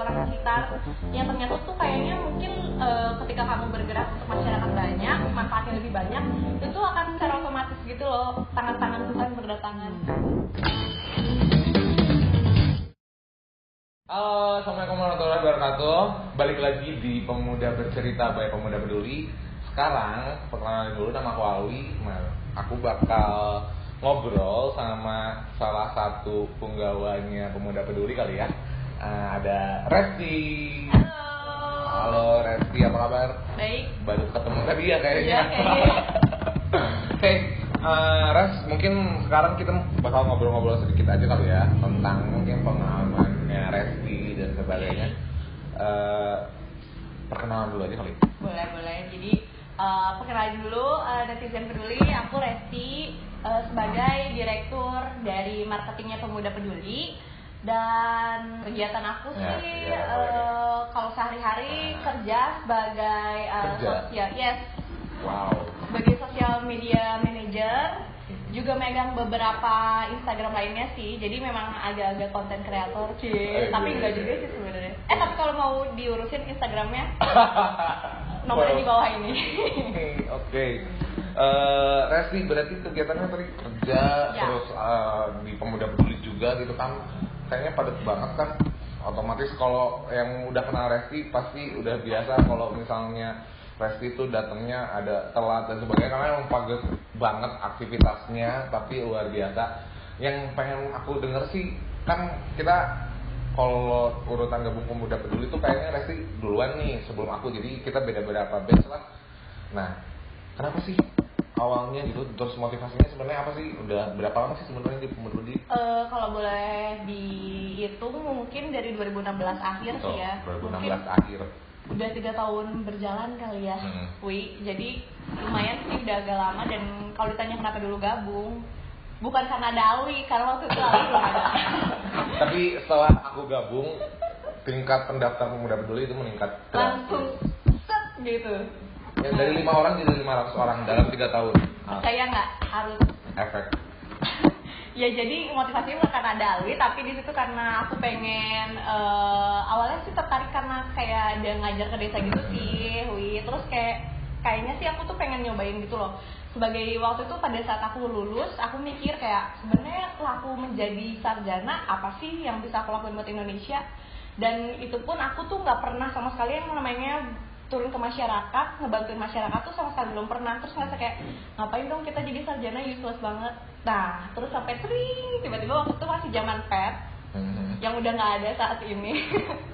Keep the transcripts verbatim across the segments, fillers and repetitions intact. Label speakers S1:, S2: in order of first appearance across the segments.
S1: orang sekitar yang ternyata tuh kayaknya mungkin uh, ketika kamu bergerak untuk masyarakat banyak, manfaatnya lebih banyak, itu akan secara otomatis gitu loh, tangan-tangan Tuhan berdatangan.
S2: Halo, assalamualaikum warahmatullahi wabarakatuh. Balik lagi di Pemuda Bercerita by Pemuda Peduli. Sekarang perkenalan dulu, nama aku Alwi. Nah, aku bakal ngobrol sama salah satu penggawanya Pemuda Peduli kali ya. Uh, ada Resti.
S1: Halo.
S2: Halo Resti, apa kabar?
S1: Baik.
S2: Baru ketemu tadi ya kayaknya.
S1: Iya, kayaknya.
S2: Oke, uh, Res, mungkin sekarang kita bakal ngobrol-ngobrol sedikit aja kali ya tentang mungkin pengalamannya Resti dan sebagainya. Uh, perkenalan dulu aja kali.
S1: Boleh, boleh. Jadi uh, perkenalan dulu uh, netizen peduli, aku Resti uh, sebagai direktur dari marketingnya Pemuda Peduli. Dan kegiatan aku
S2: ya,
S1: sih
S2: ya,
S1: uh, kalau sehari-hari nah. kerja sebagai uh, sosial, yes.
S2: Wow.
S1: Sebagai social media manager, juga megang beberapa Instagram lainnya sih. Jadi memang agak-agak konten kreator sih, eh, tapi enggak juga sih sebenarnya. Eh tapi kalau mau diurusin Instagramnya, nomornya di bawah ini.
S2: Oke, oke. Uh, Resti berarti kegiatannya tadi kerja, ya. Terus uh, di Pemuda Peduli juga gitu kan. Kayaknya padat banget kan. Otomatis kalau yang udah kenal Resti pasti udah biasa kalau misalnya Resti itu datangnya ada telat dan sebagainya, karena emang padat banget aktivitasnya, tapi luar biasa. Yang pengen aku denger sih, kan kita kalau urutan gabung Pemuda Peduli itu kayaknya Resti duluan nih sebelum aku, jadi kita beda-beda apa batch lah. Nah, kenapa sih awalnya gitu, terus motivasinya sebenarnya apa sih? Udah berapa lama sih sebenarnya di Pemuda Peduli?
S1: Uh, kalau boleh dihitung mungkin dari dua ribu enam belas akhir
S2: oh,
S1: sih ya.
S2: dua ribu enam belas
S1: mungkin
S2: akhir.
S1: Udah tiga tahun berjalan kali ya, hmm. Wi. Jadi lumayan sih, udah agak lama. Dan kalau ditanya kenapa dulu gabung, bukan karena ada Alwi, karena waktu itu Alwi belum ada.
S2: Tapi setelah aku gabung, tingkat pendaftar Pemuda Peduli itu meningkat
S1: langsung set gitu.
S2: Yang dari lima orang jadi lima ratus orang dalam tiga tahun.
S1: Percaya nggak? Harus
S2: efek.
S1: Ya jadi motivasinya bukan karena ada Alwi, tapi di situ karena aku pengen uh, awalnya sih tertarik karena kayak dia ngajar ke desa gitu sih, Wi. Terus kayak kayaknya sih aku tuh pengen nyobain gitu loh. Sebagai waktu itu pada saat aku lulus, aku mikir kayak sebenarnya aku menjadi sarjana apa sih yang bisa aku lakuin buat Indonesia? Dan itu pun aku tuh nggak pernah sama sekali yang namanya turun ke masyarakat, ngebantuin masyarakat tuh sama sekali belum pernah. Terus ngerasa kayak ngapain dong kita jadi sarjana, useless banget. Nah terus sampai sering tiba-tiba waktu itu masih zaman pet mm-hmm. yang udah nggak ada saat ini.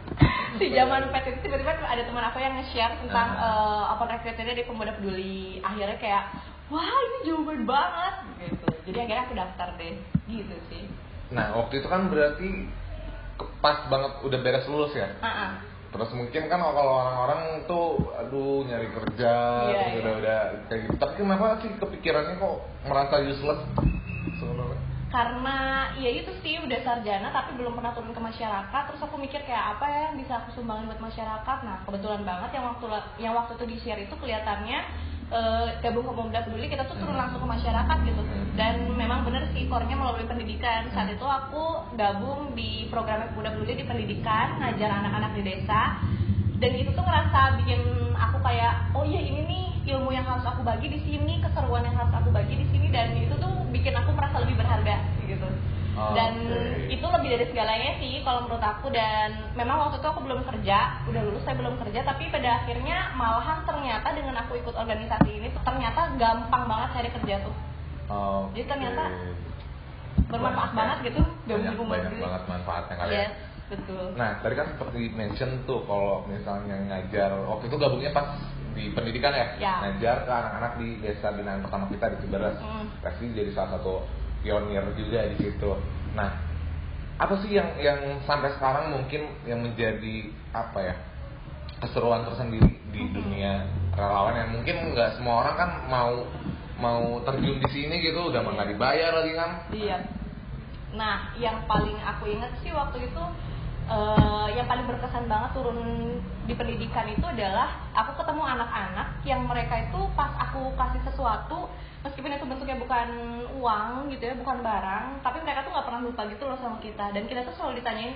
S1: Si zaman pet itu tiba-tiba ada teman aku yang nge-share tentang uh-huh. uh, open recruitment di Pemuda Peduli. Akhirnya kayak wah ini jawaban banget gitu. Jadi akhirnya aku daftar deh gitu sih.
S2: Nah waktu itu kan berarti pas banget udah beres lulus ya.
S1: Uh-uh.
S2: Terus mungkin kan kalau orang-orang tuh aduh nyari kerja,
S1: yeah,
S2: terus
S1: yeah.
S2: udah-udah kayak gitu. Tapi kenapa sih kepikirannya kok merasa useless sebenarnya?
S1: Karena ya itu sih udah sarjana tapi belum pernah turun ke masyarakat. Terus aku mikir kayak apa ya yang bisa aku sumbangin buat masyarakat. Nah kebetulan banget yang waktu yang waktu itu di share itu kelihatannya Uh, gabung ke Pemuda Peduli kita tuh turun langsung ke masyarakat gitu. Dan memang bener sih core-nya melalui pendidikan. Saat itu aku gabung di program Pemuda Peduli di pendidikan, ngajar anak-anak di desa. Dan itu tuh ngerasa bikin aku kayak oh iya ini nih ilmu yang harus aku bagi di sini, keseruan yang harus aku bagi di sini, dan itu tuh bikin aku merasa lebih berharga gitu. Oh, dan okay. Itu lebih dari segalanya sih kalau menurut aku. Dan memang waktu itu aku belum kerja, udah lulus saya belum kerja, tapi pada akhirnya malahan ternyata dengan aku ikut organisasi ini ternyata gampang banget cari kerja tuh. Oh, jadi ternyata okay. bermanfaat banyak, banget gitu.
S2: Banyak, banyak banget manfaatnya kali ya.
S1: Yes, betul.
S2: Nah tadi kan seperti mention tuh kalau misalnya ngajar, waktu itu gabungnya pas di pendidikan ya,
S1: ya.
S2: Ngajar ke anak-anak di desa binaan pertama kita di Ciberes. mm. Pasti jadi salah satu pionir juga di situ. Nah, apa sih yang yang sampai sekarang mungkin yang menjadi apa ya keseruan tersendiri di mm-hmm. dunia relawan yang mungkin nggak semua orang kan mau mau terjun di sini gitu, udah nggak dibayar lagi kan?
S1: Iya. Nah, yang paling aku ingat sih waktu itu uh, yang paling berkesan banget turun di pendidikan itu adalah aku ketemu anak-anak yang mereka itu pas aku kasih sesuatu, meskipun itu bentuknya bukan uang gitu ya, bukan barang, tapi mereka tuh nggak pernah lupa gitu loh sama kita. Dan kita tuh selalu ditanyain kayak,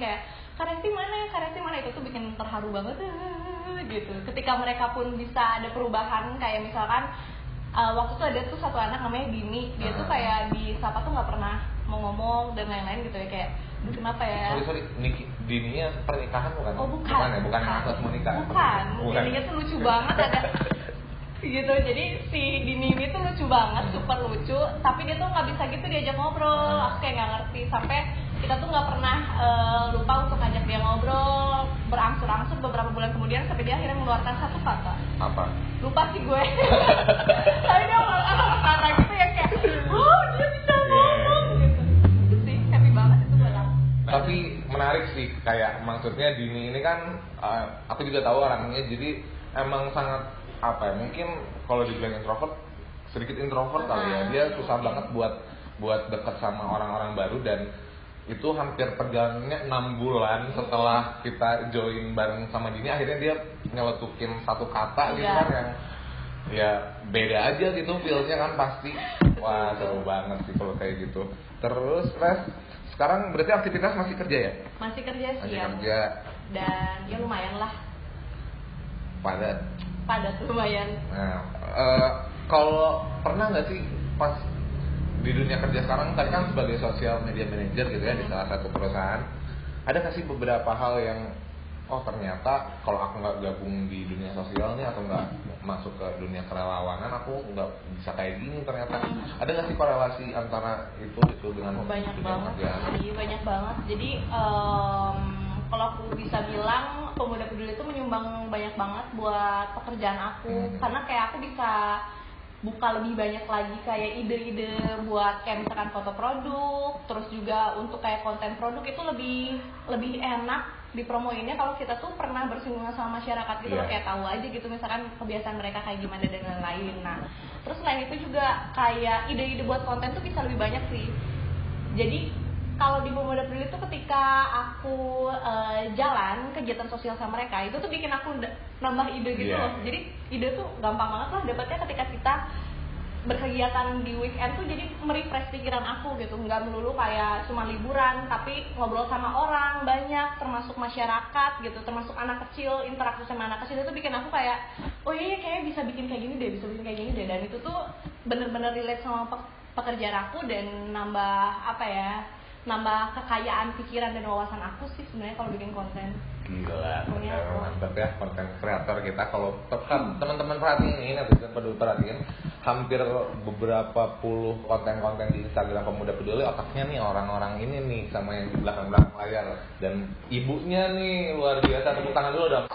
S1: Karesti mana, Karesti mana, itu tuh bikin terharu banget gitu. Ketika mereka pun bisa ada perubahan, kayak misalkan uh, waktu itu ada tuh satu anak namanya Dini, dia tuh kayak di Sapa tuh nggak pernah mau ngomong dan lain-lain gitu ya, kayak duh kenapa ya?
S2: Sorry sorry, Niki, Dininya pernikahan bukan?
S1: Oh bukan.
S2: Bukan ya, bukan yang akad menikah.
S1: Bukan. bukan. Dininya tuh lucu banget ada. Gitu, jadi si Dini ini tuh lucu banget, super lucu, tapi dia tuh nggak bisa gitu diajak ngobrol. Aku kayak nggak ngerti, sampai kita tuh nggak pernah uh, lupa untuk ngajak dia ngobrol, berangsur-angsur beberapa bulan kemudian sampai dia akhirnya mengeluarkan satu kata.
S2: Apa?
S1: Lupa sih gue. Tapi dia mengeluarkan kata gitu ya kayak, oh dia bisa ngomong gitu. Itu sih happy banget itu malah.
S2: Tapi menarik sih, kayak maksudnya Dini ini kan, uh, aku juga tahu orangnya, jadi emang sangat apa ya, mungkin kalau dibilang introvert, sedikit introvert kali ya, dia susah banget buat buat dekat sama orang-orang baru, dan itu hampir pegangnya enam bulan setelah kita join bareng sama Dini, akhirnya dia nyeletukin satu kata gitu kan yang ya beda aja gitu feel-nya kan pasti. Wah seru banget sih kalau kayak gitu. Terus Res, sekarang berarti aktivitas masih kerja ya?
S1: Masih kerja sih.
S2: Masih
S1: ya.
S2: kerja.
S1: Dan ya lumayan lah.
S2: Padat.
S1: Padat lumayan.
S2: Nah, uh, kalau pernah nggak sih pas di dunia kerja sekarang, tadi kan sebagai social media manager gitu ya, hmm. di salah satu perusahaan, ada nggak sih beberapa hal yang oh ternyata kalau aku nggak gabung di dunia sosial nih atau nggak masuk ke dunia kerelawanan, aku nggak bisa kayak gini ternyata. Hmm. Ada nggak sih korelasi antara itu itu dengan
S1: banyak banget
S2: kerjaan?
S1: Sih, banyak banget. Jadi um, kalau aku bisa bilang Pemuda Peduli itu menyumbang banyak banget buat pekerjaan aku, hmm. karena kayak aku bisa buka lebih banyak lagi kayak ide-ide buat kayak misalkan foto produk, terus juga untuk kayak konten produk itu lebih lebih enak dipromoinnya kalau kita tuh pernah bersinggungan sama masyarakat gitu, yeah. kayak tahu aja gitu misalkan kebiasaan mereka kayak gimana dan lain-lain. Nah, terus selain itu juga kayak ide-ide buat konten tuh bisa lebih banyak sih. Jadi kalau di Pemuda Peduli itu ketika aku uh, jalan kegiatan sosial sama mereka, itu tuh bikin aku nambah ide gitu yeah. loh. Jadi ide tuh gampang banget lah dapatnya ketika kita berkegiatan di weekend tuh, jadi merefresh pikiran aku gitu. Nggak melulu kayak cuma liburan, tapi ngobrol sama orang banyak, termasuk masyarakat gitu, termasuk anak kecil, interaksi sama anak kecil itu bikin aku kayak, oh iya kayaknya bisa bikin kayak gini deh, bisa bikin kayak gini deh. Dan itu tuh bener-bener relate sama pekerjaan aku dan nambah apa ya, nambah kekayaan pikiran dan wawasan aku sih sebenarnya kalau bikin konten.
S2: Gila, bener mantap ya konten kreator kita. Kalau tekan teman-teman perhatiin ini, nanti perlu perhatiin hampir beberapa puluh konten-konten di Instagram Pemuda Peduli, otaknya nih orang-orang ini nih sama yang di belakang-belakang layar, dan ibunya nih luar biasa. Tepuk tangan dulu dong.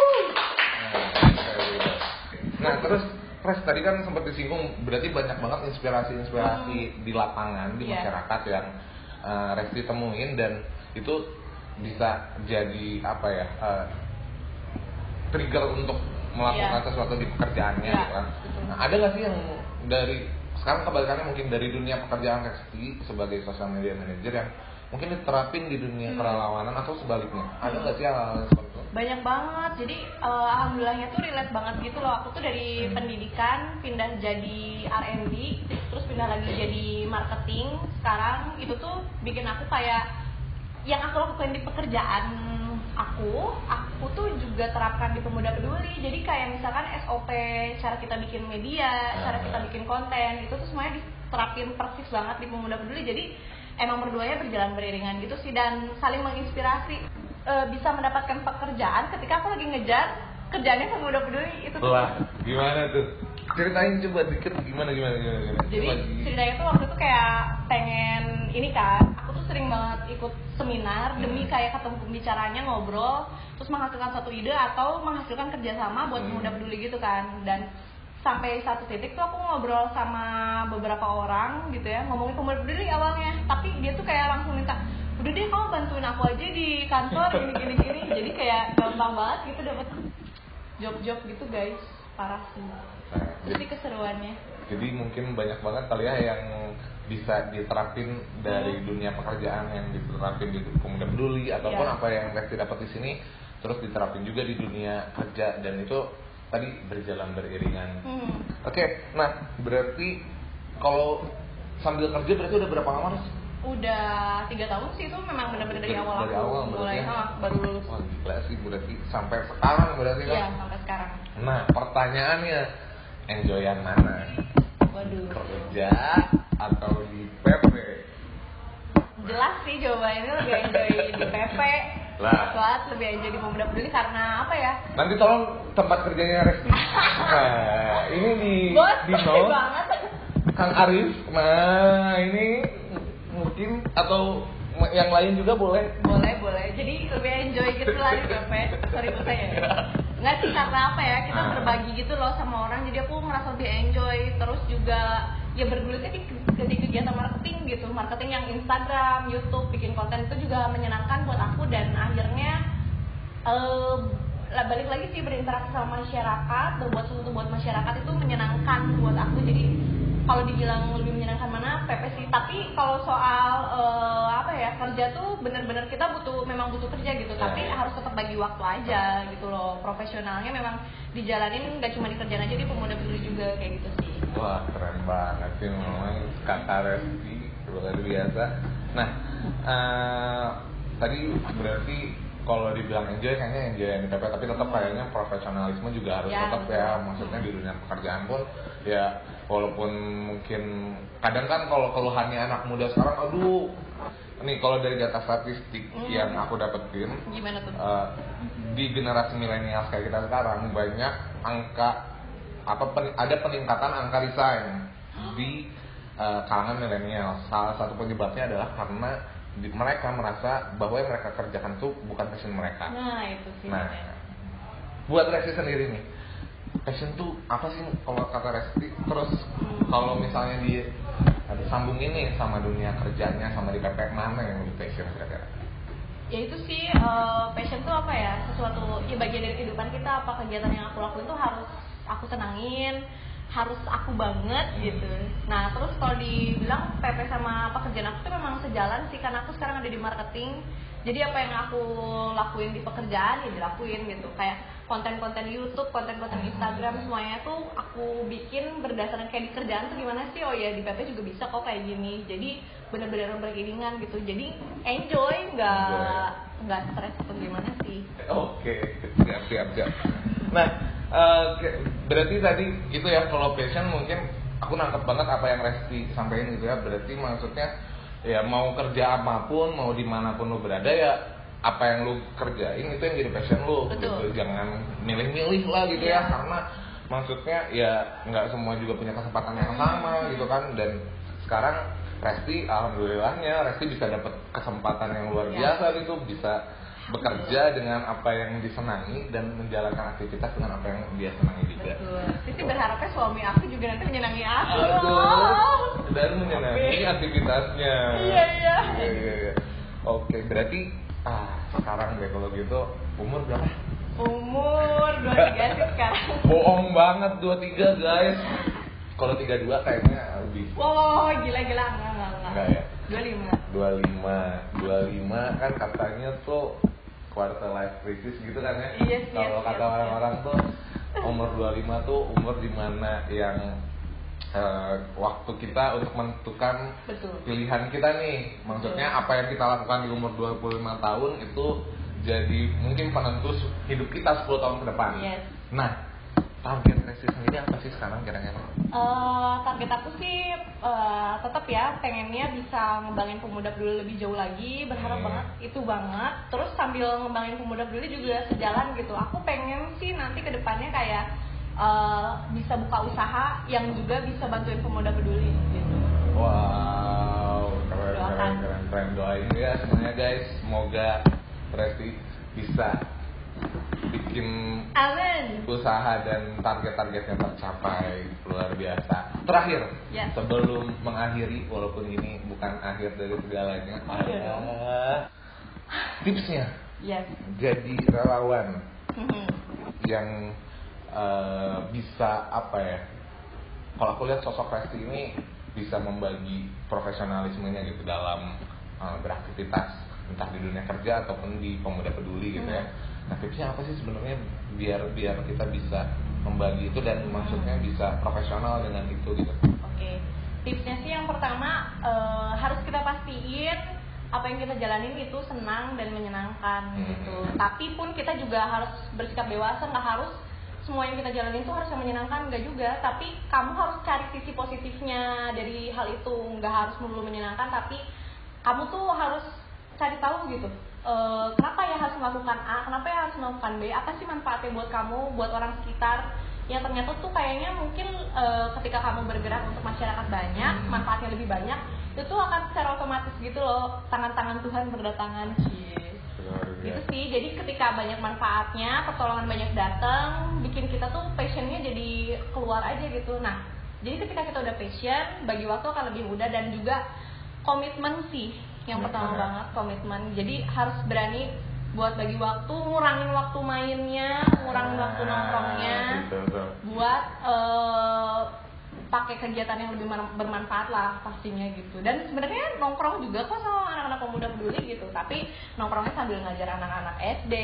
S2: Nah, nah terus Pres, tadi kan sempat disinggung berarti banyak banget inspirasi-inspirasi hmm. di lapangan, di yeah. masyarakat yang Uh, Resti temuin, dan itu bisa jadi apa ya, uh, trigger untuk melakukan yeah. sesuatu di pekerjaannya yeah. gitu kan. Nah, ada nggak sih yang dari sekarang kebalikannya mungkin dari dunia pekerjaan Resti sebagai social media manager yang mungkin diterapin di dunia hmm. kerelawanan atau sebaliknya? Ada nggak sih hal-hal seperti itu?
S1: Banyak banget. Jadi uh, alhamdulillahnya tuh relate banget gitu loh. Aku tuh dari hmm. pendidikan pindah jadi R and D, terus pindah lagi jadi marketing. Sekarang itu tuh bikin aku kayak yang aku lakukan di pekerjaan aku, aku tuh juga terapkan di Pemuda Peduli. Jadi kayak misalkan S O P, cara kita bikin media, cara kita bikin konten, itu tuh semuanya diterapin persis banget di Pemuda Peduli. Jadi emang berduanya berjalan beriringan gitu sih, dan saling menginspirasi. E, bisa mendapatkan pekerjaan ketika aku lagi ngejar kerjaannya Pemuda Peduli itu tuh.
S2: Wah, gimana tuh? Ceritain coba dikit gimana gimana gimana. gimana.
S1: Jadi ceritanya tuh waktu itu kayak pengen ini kan, aku tuh sering banget ikut seminar hmm. demi kayak ketemu pembicaranya, ngobrol, terus menghasilkan satu ide atau menghasilkan kerjasama buat hmm. Pemuda Peduli gitu kan. Dan sampai satu titik tuh aku ngobrol sama beberapa orang gitu ya, ngomongin Pemuda Peduli awalnya, tapi dia tuh kayak langsung minta, udah deh kamu bantuin aku aja di kantor gini gini gini. Jadi kayak gampang banget gitu dapet job-job gitu guys, parah sih. Jadi keseruannya.
S2: Jadi mungkin banyak banget kali ya yang bisa diterapin dari hmm. dunia pekerjaan yang diterapin di Pemuda Peduli ataupun yeah. apa yang Resti dapat di sini terus diterapin juga di dunia kerja, dan itu tadi berjalan beriringan. Hmm. Oke, okay, nah berarti kalau sambil kerja berarti udah berapa lama Res
S1: Udah tiga tahun sih, itu memang benar-benar dari, dari awal
S2: dari
S1: aku
S2: awal
S1: mulai
S2: ya?
S1: ah, baru lulus.
S2: Wah gila sih, berarti sampai sekarang berarti kan?
S1: Iya, sampai sekarang.
S2: Nah pertanyaannya, enjoyan mana?
S1: Waduh.
S2: Kerja atau di P P?
S1: Jelas sih jawabannya lebih enjoy di P P.
S2: Lah.
S1: Soalnya lebih enjoy di Pemuda Peduli karena apa ya?
S2: Nanti tolong tempat kerjanya Resti. Nah, ini di
S1: Bos,
S2: di nol.
S1: banget.
S2: Kang Arif. Nah, ini mungkin atau yang lain juga boleh.
S1: Boleh, boleh. Jadi lebih enjoy gitu lah di P P. Sorry tuh saya. Nggak sih, karena apa ya? Kita
S2: Ah.
S1: berbagi gitu loh sama orang. Jadi aku ngerasa lebih enjoy. Terus juga ya bergulirnya di, di kegiatan marketing gitu, marketing yang Instagram, YouTube, bikin konten itu juga menyenangkan buat aku dan akhirnya uh, balik lagi sih berinteraksi sama masyarakat, berbuat sesuatu buat masyarakat itu menyenangkan buat aku. Jadi kalau dibilang lebih menyenangkan mana P P sih, tapi kalau soal uh, apa ya kerja tuh bener-bener kita butuh memang butuh kerja gitu, tapi
S2: ya.
S1: harus tetap bagi waktu aja gitu loh. Profesionalnya memang dijalanin nggak cuma di kerjaan aja, di Pemuda Peduli juga kayak gitu sih.
S2: Wah keren banget sih memang Kakak Resti, luar biasa. Nah uh, tadi berarti kalau dibilang enjoy kayaknya enjoy yang di P P, tapi tetap kayaknya profesionalisme juga harus
S1: ya,
S2: tetap ya. Maksudnya di dunia pekerjaan pun ya walaupun mungkin kadang kan kalau keluhannya anak muda sekarang, aduh nih kalau dari data statistik hmm. yang aku dapetin
S1: gimana tuh?
S2: Uh, di generasi milenial kayak kita sekarang banyak angka apa pen, ada peningkatan angka resign di uh, kalangan milenial. Salah satu penyebabnya adalah karena di, mereka merasa bahwa yang mereka kerjakan itu bukan passion mereka.
S1: Nah itu sih.
S2: Nah, buat Resti sendiri nih, passion tuh apa sih kalau kata Resti? Terus hmm. kalau misalnya di ada sambungin nih sama dunia kerjanya sama di P P, mana yang lebih passion kira-kira?
S1: Ya itu sih uh, passion tuh apa ya, sesuatu ya bagian dari kehidupan kita. Apa kegiatan yang aku lakuin tuh harus aku senangin, harus aku banget gitu. Nah terus kalau dibilang P P sama pekerjaan aku tuh memang sejalan sih, karena aku sekarang ada di marketing. Jadi apa yang aku lakuin di pekerjaan ya dilakuin gitu. Kayak konten-konten YouTube, konten-konten Instagram, semuanya tuh aku bikin berdasarkan kayak di kerjaan tuh gimana sih, oh ya di P P juga bisa kok kayak gini. Jadi benar-benar beriringan gitu. Jadi enjoy, nggak nggak stres atau gimana sih.
S2: Oke, siap siap siap. Nah, uh, berarti tadi itu ya kalau passion mungkin aku nangkep banget apa yang Resti sampaikan gitu ya. Berarti maksudnya ya mau kerja apapun, mau dimanapun lu berada ya apa yang lu kerjain itu yang jadi passion lu.
S1: Betul.
S2: Gitu. Jangan milih-milih lah gitu
S1: yeah.
S2: ya, karena maksudnya ya nggak semua juga punya kesempatan yang sama gitu kan. Dan sekarang Resti alhamdulillahnya Resti bisa dapat kesempatan yang luar biasa yeah. gitu, bisa bekerja dengan apa yang disenangi dan menjalankan aktivitas dengan apa yang dia senangi juga.
S1: Betul. Sisi berharapnya suami aku juga nanti menyenangi aku.
S2: Betul. Dan menyenangi aktivitasnya.
S1: Iya iya.
S2: Iya iya. iya. Oke, berarti ah sekarang deh kalau gitu umur berapa?
S1: Umur dua puluh tiga sih sekarang.
S2: Bohong banget dua puluh tiga guys. Kalau tiga puluh dua kayaknya lebih.
S1: Oh gila gila enggak enggak enggak.
S2: Enggak ya.
S1: dua puluh lima.
S2: dua puluh lima, dua puluh lima kan katanya tuh quarter life crisis gitu kan ya.
S1: Yes,
S2: Kalau
S1: yes,
S2: kata
S1: yes,
S2: orang-orang
S1: yes.
S2: tuh umur dua puluh lima tuh umur dimana yang uh, waktu kita untuk menentukan
S1: Betul.
S2: pilihan kita nih. Maksudnya
S1: Betul.
S2: apa yang kita lakukan di umur dua puluh lima tahun itu jadi mungkin penentu hidup kita sepuluh tahun ke depan.
S1: Yes.
S2: Nah, target Resti sendiri apa sih sekarang kira-kira?
S1: Uh, target aku sih uh, tetap ya pengennya bisa ngembangin Pemuda Peduli lebih jauh lagi, berharap
S2: hmm.
S1: banget itu banget. Terus sambil ngembangin Pemuda Peduli juga sejalan gitu. Aku pengen sih nanti ke depannya kayak uh, bisa buka usaha yang juga bisa bantuin Pemuda Peduli gitu.
S2: Wow, keren
S1: Doakan.
S2: keren keren keren doain ya semuanya guys, semoga Resti bisa bikin
S1: Amin.
S2: usaha dan target-targetnya tercapai, luar biasa. Terakhir,
S1: yes.
S2: sebelum mengakhiri, walaupun ini bukan akhir dari segalanya, ada tipsnya.
S1: Yes.
S2: Jadi relawan
S1: Mm-hmm.
S2: yang uh, bisa apa ya? Kalau aku lihat sosok Resti ini bisa membagi profesionalismenya gitu dalam uh, beraktivitas, entah di dunia kerja ataupun di Pemuda Peduli gitu ya. Nah tipsnya apa sih sebenarnya biar biar kita bisa membagi itu dan maksudnya bisa profesional dengan itu gitu?
S1: Oke, tipsnya sih yang pertama uh, harus kita pastiin apa yang kita jalanin itu senang dan menyenangkan gitu. Tapi pun kita juga harus bersikap dewasa, nggak harus semua yang kita jalanin itu harus yang menyenangkan, nggak juga. Tapi kamu harus cari sisi positifnya dari hal itu, nggak harus melulu menyenangkan, tapi kamu tuh harus cari tahu gitu. E, kenapa ya harus melakukan A, kenapa ya harus melakukan B, apa sih manfaatnya buat kamu, buat orang sekitar. Yang ternyata tuh kayaknya mungkin e, ketika kamu bergerak untuk masyarakat banyak, manfaatnya lebih banyak, itu tuh akan secara otomatis gitu loh, tangan-tangan Tuhan berdatangan. Cie. Gitu sih, jadi ketika banyak manfaatnya, pertolongan banyak datang, bikin kita tuh passionnya jadi keluar aja gitu. Nah, jadi ketika kita udah passion, bagi waktu akan lebih mudah, dan juga komitmen sih yang pertama ya, banget, komitmen. Jadi harus berani buat bagi waktu, ngurangin waktu mainnya, ngurangin waktu nongkrongnya,
S2: gitu, gitu.
S1: buat uh, pakai kegiatan yang lebih bermanfaat lah pastinya gitu. Dan sebenarnya nongkrong juga kok sama anak-anak pemuda peduli gitu, tapi nongkrongnya sambil ngajar anak-anak S D,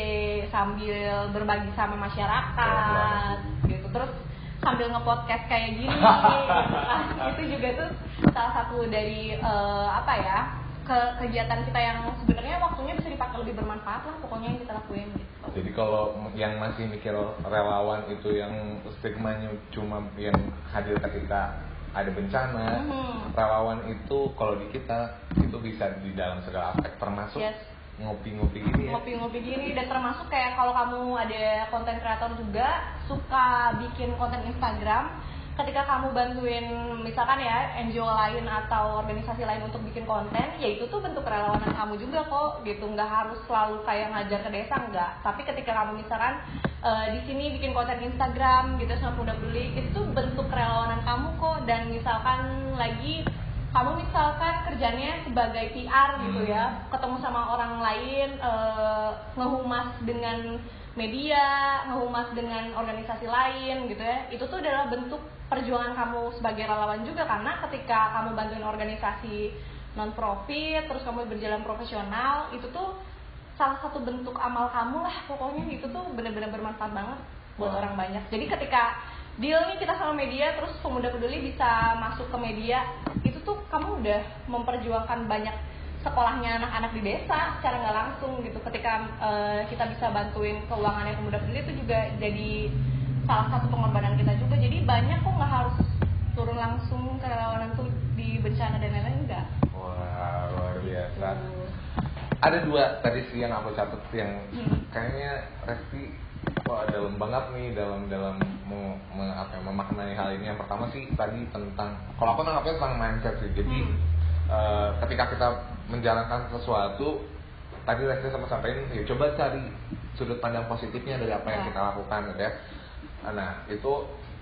S1: sambil berbagi sama masyarakat gitu, terus sambil nge-podcast kayak gini gitu kan. Itu juga tuh salah satu dari uh, apa ya, ke kegiatan kita yang sebenarnya waktunya bisa dipakai lebih bermanfaat lah pokoknya yang kita lakuin gitu.
S2: Jadi kalau yang masih mikir relawan itu yang stigmanya cuma yang hadir ketika ada bencana, mm-hmm. relawan itu kalau di kita itu bisa di dalam segala aspek, termasuk yes. ngopi-ngopi gini ya.
S1: Ngopi-ngopi gini, dan termasuk kayak kalau kamu ada konten kreator juga suka bikin konten Instagram, ketika kamu bantuin misalkan ya N G O lain atau organisasi lain untuk bikin konten, ya itu tuh bentuk kerelawanan kamu juga kok gitu. Nggak harus selalu kayak ngajar ke desa, enggak. Tapi ketika kamu misalkan uh, di sini bikin konten Instagram gitu sama Pemuda Peduli, itu tuh bentuk kerelawanan kamu kok. Dan misalkan lagi kamu misalkan kerjanya sebagai P R gitu ya, ketemu sama orang lain, uh, ngehumas dengan media, ngehumas dengan organisasi lain gitu ya, itu tuh adalah bentuk perjuangan kamu sebagai relawan juga. Karena ketika kamu bantuin organisasi non profit, terus kamu berjalan profesional, itu tuh salah satu bentuk amal kamu lah pokoknya. Itu tuh benar-benar bermanfaat banget buat wow. orang banyak. Jadi ketika deal nih kita sama media, terus Pemuda Peduli bisa masuk ke media, itu tuh kamu udah memperjuangkan banyak sekolahnya anak-anak di desa secara nggak langsung gitu. Ketika uh, kita bisa bantuin keuangannya Pemuda Peduli, itu juga jadi salah satu pengorbanan kita juga. Jadi banyak kok, nggak harus turun langsung ke relawanan tuh di bencana dan lain-lain, enggak.
S2: Wah, luar biasa. Uh. Ada dua tadi sih yang aku catat yang hmm. kayaknya Resti wah dalam banget nih dalam dalam me, me, apa, memaknai hal ini. Yang pertama sih tadi tentang, kalau aku nangkapnya tentang mindset sih. Jadi hmm. uh, ketika kita menjalankan sesuatu, tadi Resti sama sampaikan ya coba cari sudut pandang positifnya dari apa yang kita lakukan gitu ya. Nah itu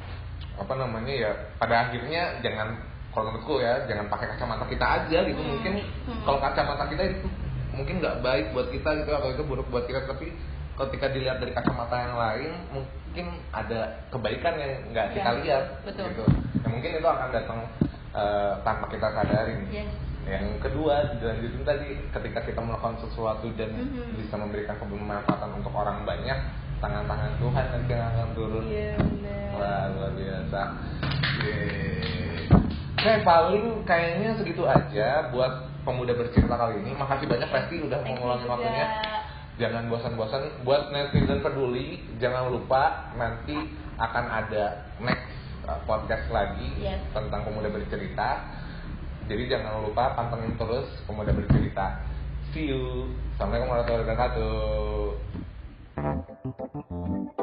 S2: apa namanya ya, pada akhirnya jangan, kalau menurutku ya, jangan pakai kacamata kita aja gitu. hmm. Mungkin hmm. kalau kacamata kita itu mungkin nggak baik buat kita gitu, atau itu buruk buat kita, tapi ketika dilihat dari kacamata yang lain mungkin ada kebaikan yang nggak kita ya, lihat betul. Gitu. Ya, mungkin itu akan datang uh, tanpa kita sadarin. Yes. Yang kedua, dilanjutin tadi, ketika kita melakukan sesuatu dan mm-hmm. bisa memberikan kebermanfaatan untuk orang banyak, tangan-tangan Tuhan nanti yang akan turun.
S1: Yeah,
S2: wah luar biasa. Yeah. Oke, paling kayaknya segitu aja buat Pemuda Bercerita kali ini. Makasih banyak Resti udah mau ngeluangin waktunya. Jangan bosan-bosan. Buat netizen peduli, jangan lupa nanti akan ada next podcast lagi yes. tentang Pemuda Bercerita. Jadi jangan lupa pantengin terus Pemuda Bercerita. See you. Assalamualaikum warahmatullahi wabarakatuh.